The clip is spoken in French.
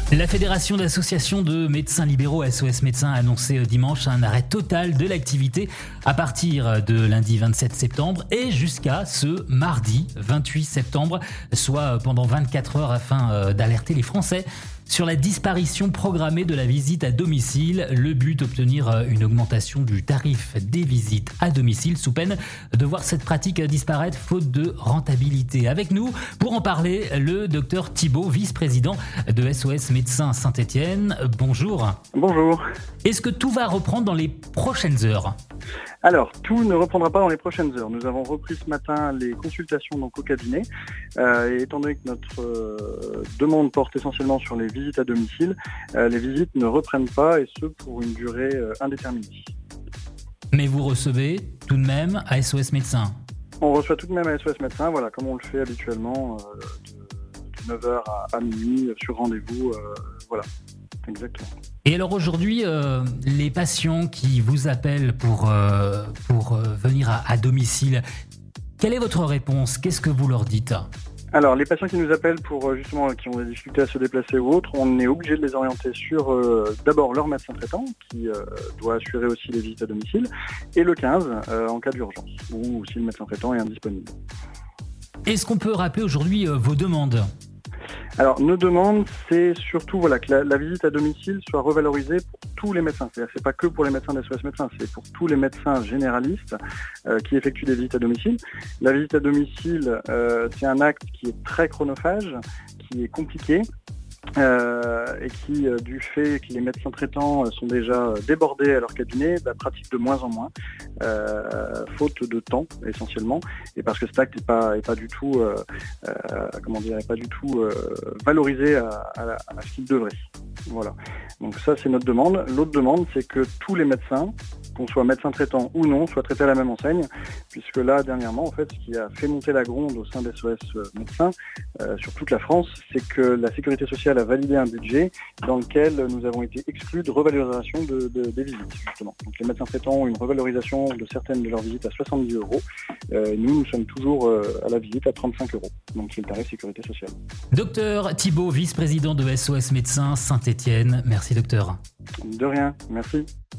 La Fédération d'associations de médecins libéraux SOS Médecins a annoncé dimanche un arrêt total de l'activité à partir de lundi 27 septembre et jusqu'à ce mardi 28 septembre, soit pendant 24 heures afin d'alerter les Français sur la disparition programmée de la visite à domicile. Le but, obtenir une augmentation du tarif des visites à domicile sous peine de voir cette pratique disparaître faute de rentabilité. Avec nous, pour en parler, le docteur Thibault, vice-président de SOS Médecins Saint-Étienne. Bonjour. Bonjour. Est-ce que tout va reprendre dans les prochaines heures ? Alors, tout ne reprendra pas dans les prochaines heures. Nous avons repris ce matin les consultations au cabinet. Et étant donné que notre demande porte essentiellement sur les visites à domicile, les visites ne reprennent pas, et ce pour une durée indéterminée. Mais vous recevez tout de même à SOS Médecins ? On reçoit tout de même à SOS Médecins, voilà, comme on le fait habituellement, de 9h à minuit sur rendez-vous. Voilà, exactement. Et alors aujourd'hui, les patients qui vous appellent pour venir à domicile, quelle est votre réponse ? Qu'est-ce que vous leur dites ? Alors, les patients qui nous appellent pour justement qui ont des difficultés à se déplacer ou autres, on est obligé de les orienter sur d'abord leur médecin traitant qui doit assurer aussi les visites à domicile, et le 15 en cas d'urgence, ou si le médecin traitant est indisponible. Est-ce qu'on peut rappeler aujourd'hui vos demandes ? Alors, nos demandes, c'est surtout que la visite à domicile soit revalorisée pour tous les médecins. C'est-à-dire que c'est pas que pour les médecins d'SOS Médecins, c'est pour tous les médecins généralistes qui effectuent des visites à domicile. La visite à domicile, c'est un acte qui est très chronophage, qui est compliqué. Et qui, du fait que les médecins traitants sont déjà débordés à leur cabinet, pratiquent de moins en moins, faute de temps essentiellement, et parce que cet acte n'est pas du tout, valorisé à ce qu'il devrait. Voilà. Donc ça, c'est notre demande. L'autre demande, c'est que tous les médecins, qu'on soit médecin traitant ou non, soient traités à la même enseigne, puisque là, dernièrement, en fait, ce qui a fait monter la gronde au sein d'SOS Médecins sur toute la France, c'est que la Sécurité sociale a validé un budget dans lequel nous avons été exclus de revalorisation des visites, justement. Donc les médecins traitants ont une revalorisation de certaines de leurs visites à 70 €. Nous sommes toujours à la visite à 35 €. Donc c'est le tarif Sécurité sociale. Docteur Thibault, vice-président de SOS Médecins Saint-Étienne. Merci docteur. De rien, merci.